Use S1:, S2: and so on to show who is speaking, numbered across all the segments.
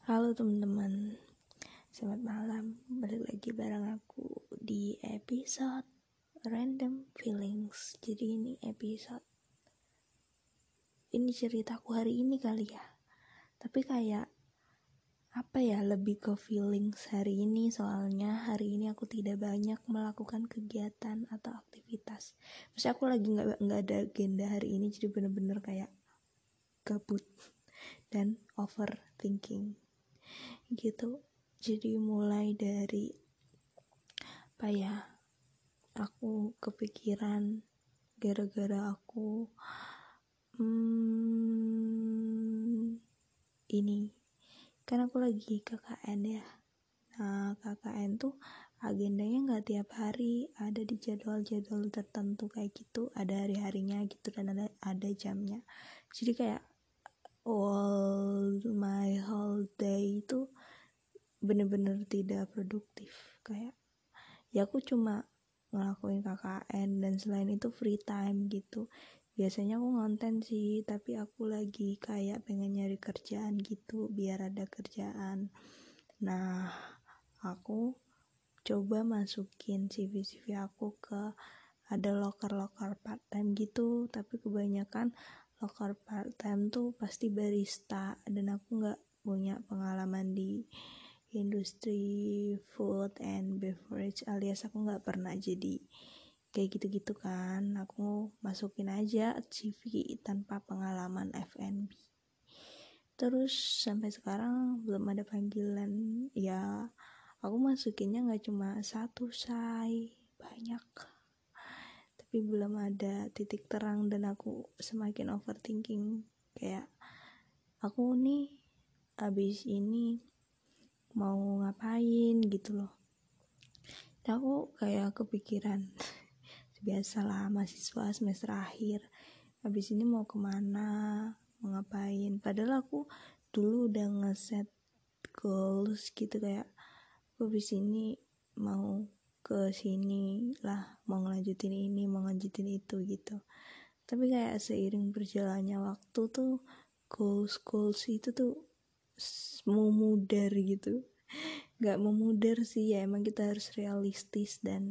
S1: Halo teman-teman, selamat malam. Balik lagi bareng aku di episode Random Feelings. Jadi ini ceritaku hari ini kali ya. Tapi kayak lebih ke feelings hari ini. Soalnya hari ini aku tidak banyak melakukan kegiatan atau aktivitas. Maksudnya aku lagi nggak ada agenda hari ini. Jadi bener-bener kayak gabut dan overthinking gitu. Jadi mulai dari aku kepikiran gara-gara aku ini kan aku lagi KKN ya. Nah KKN tuh agendanya nggak tiap hari, ada di jadwal-jadwal tertentu kayak gitu, ada hari-harinya gitu dan ada jamnya. Jadi kayak my whole day itu bener-bener tidak produktif. Kayak ya aku cuma ngelakuin KKN dan selain itu free time gitu. Biasanya aku ngonten sih, tapi aku lagi kayak pengen nyari kerjaan gitu biar ada kerjaan. Nah aku coba masukin CV aku ke ada loker part time gitu, tapi kebanyakan loker part time tuh pasti barista dan aku nggak punya pengalaman di industri food and beverage, alias aku nggak pernah jadi kayak gitu-gitu kan. Aku masukin aja CV tanpa pengalaman F&B. Terus sampai sekarang belum ada panggilan. Ya aku masukinnya nggak cuma satu banyak, tapi belum ada titik terang dan aku semakin overthinking. Kayak aku nih abis ini mau ngapain gitu loh. Dan aku kayak kepikiran biasalah mahasiswa semester akhir, abis ini mau kemana, mau ngapain. Padahal aku dulu udah ngeset goals gitu, kayak aku abis ini mau ke sini lah, mau ngelanjutin ini, mau ngelanjutin itu gitu. Tapi kayak seiring berjalannya waktu tuh goals itu tuh memudar gitu. Gak memudar sih ya, emang kita harus realistis dan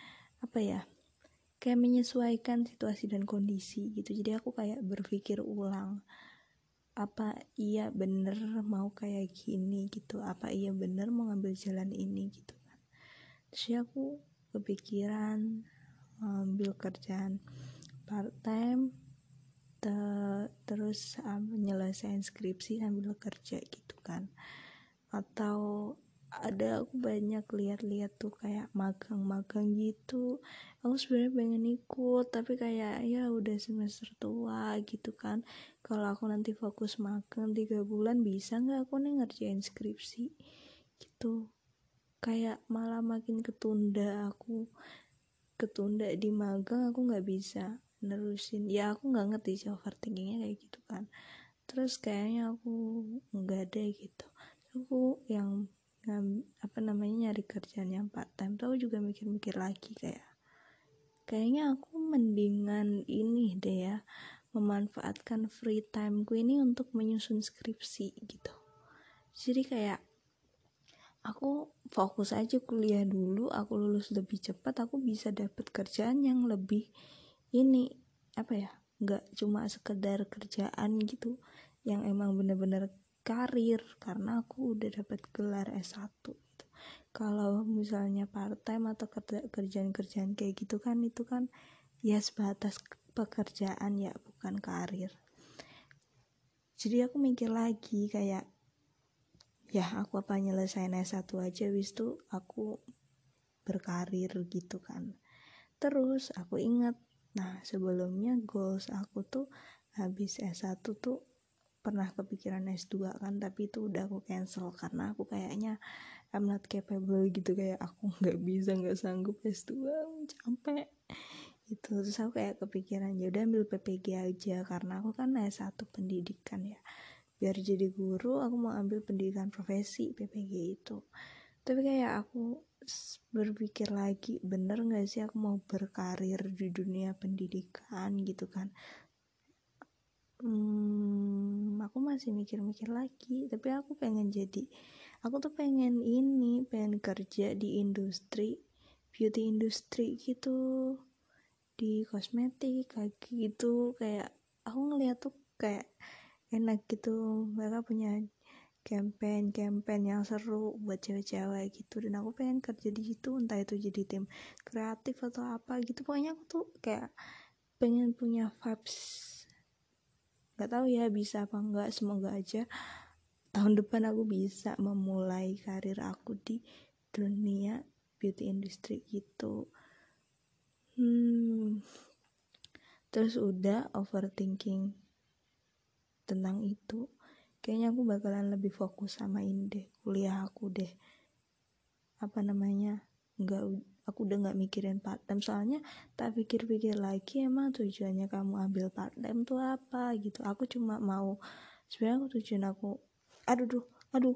S1: kayak menyesuaikan situasi dan kondisi gitu. Jadi aku kayak berpikir ulang, apa iya bener mau kayak gini gitu, apa iya bener mau ngambil jalan ini gitu kan. Terus aku kepikiran ngambil kerjaan part time, terus nyelesain skripsi sambil kerja gitu kan. Atau aku banyak lihat-lihat tuh kayak magang gitu. Aku sebenarnya pengen ikut, tapi kayak ya udah semester tua gitu kan. Kalau aku nanti fokus magang 3 bulan, bisa nggak aku nih ngerjain skripsi gitu. Kayak malah makin ketunda di magang, aku nggak bisa nerusin. Ya aku nggak ngerti sih overthinkingnya kayak gitu kan. Terus kayaknya aku nggak ada gitu. Aku yang nyari kerjaan yang part time tuh aku juga mikir-mikir lagi, kayaknya aku mendingan ini deh ya, memanfaatkan free timeku ini untuk menyusun skripsi gitu. Jadi kayak aku fokus aja kuliah dulu, aku lulus lebih cepat, aku bisa dapet kerjaan yang lebih ini nggak cuma sekedar kerjaan gitu yang emang bener-bener karir, karena aku udah dapat gelar S1 gitu. Kalau misalnya part time atau kerjaan-kerjaan kayak gitu kan, itu kan ya sebatas pekerjaan ya, bukan karir. Jadi aku mikir lagi kayak ya aku apa nyelesain S1 aja, habis itu aku berkarir gitu kan. Terus aku ingat, nah sebelumnya goals aku tuh habis S1 tuh pernah kepikiran S2 kan, tapi itu udah aku cancel karena aku kayaknya I'm not capable gitu, kayak aku nggak sanggup S2, capek gitu. Terus aku kayak kepikiran ya udah ambil PPG aja, karena aku kan S1 pendidikan ya, biar jadi guru aku mau ambil pendidikan profesi PPG itu. Tapi kayak aku berpikir lagi, bener gak sih aku mau berkarir di dunia pendidikan gitu kan. aku masih mikir-mikir lagi, tapi aku tuh pengen kerja di industri beauty industry gitu, di kosmetik kayak gitu. Kayak aku ngeliat tuh kayak enak gitu, mereka punya campaign yang seru buat cewek-cewek gitu, dan aku pengen kerja di situ, entah itu jadi tim kreatif atau apa gitu. Pokoknya aku tuh kayak pengen punya vibes, nggak tahu ya bisa apa enggak, semoga aja tahun depan aku bisa memulai karir aku di dunia beauty industry gitu. Terus udah overthinking tentang itu, kayaknya aku bakalan lebih fokus sama ini deh, kuliah aku deh. Aku udah nggak mikirin part time, soalnya tak pikir-pikir lagi, emang tujuannya kamu ambil part time tuh apa gitu. Aku cuma mau, sebenarnya tujuan aku, aduh,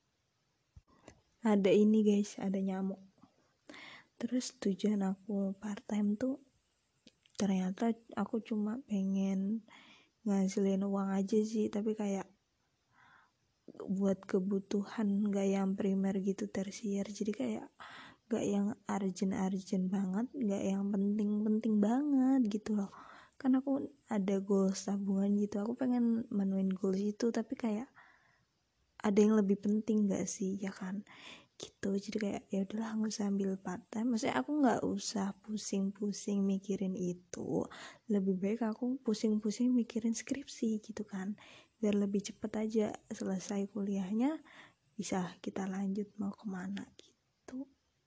S1: ada ini guys, ada nyamuk. Terus tujuan aku part time tuh ternyata aku cuma pengen ngasilin uang aja sih, tapi kayak buat kebutuhan gak yang primer gitu, tersier. Jadi kayak gak yang urgent banget, gak yang penting banget gitu loh. Kan aku ada goals tabungan gitu, aku pengen menuin goals itu, tapi kayak ada yang lebih penting gak sih, ya kan gitu. Jadi kayak ya udahlah, nggak usah ambil part time, maksudnya aku nggak usah pusing-pusing mikirin itu, lebih baik aku pusing-pusing mikirin skripsi gitu kan, biar lebih cepet aja selesai kuliahnya, bisa kita lanjut mau kemana gitu.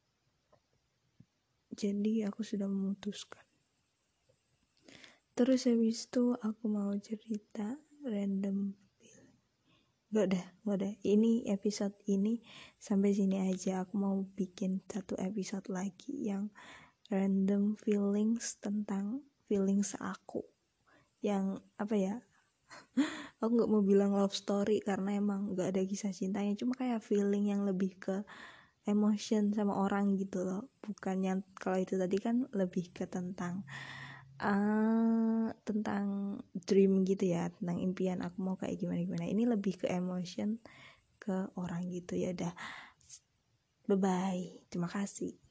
S1: Jadi aku sudah memutuskan. Terus habis itu aku mau cerita random. Gak udah. Ini episode ini sampai sini aja. Aku mau bikin satu episode lagi yang random feelings, tentang feelings aku. Yang apa ya? Aku gak mau bilang love story karena emang gak ada kisah cintanya. Cuma kayak feeling yang lebih ke emotion sama orang gitu loh. Bukan yang kalau itu tadi kan lebih ke tentang dream gitu ya, tentang impian aku mau kayak gimana. Ini lebih ke emotion, ke orang gitu. Ya udah, bye bye, terima kasih.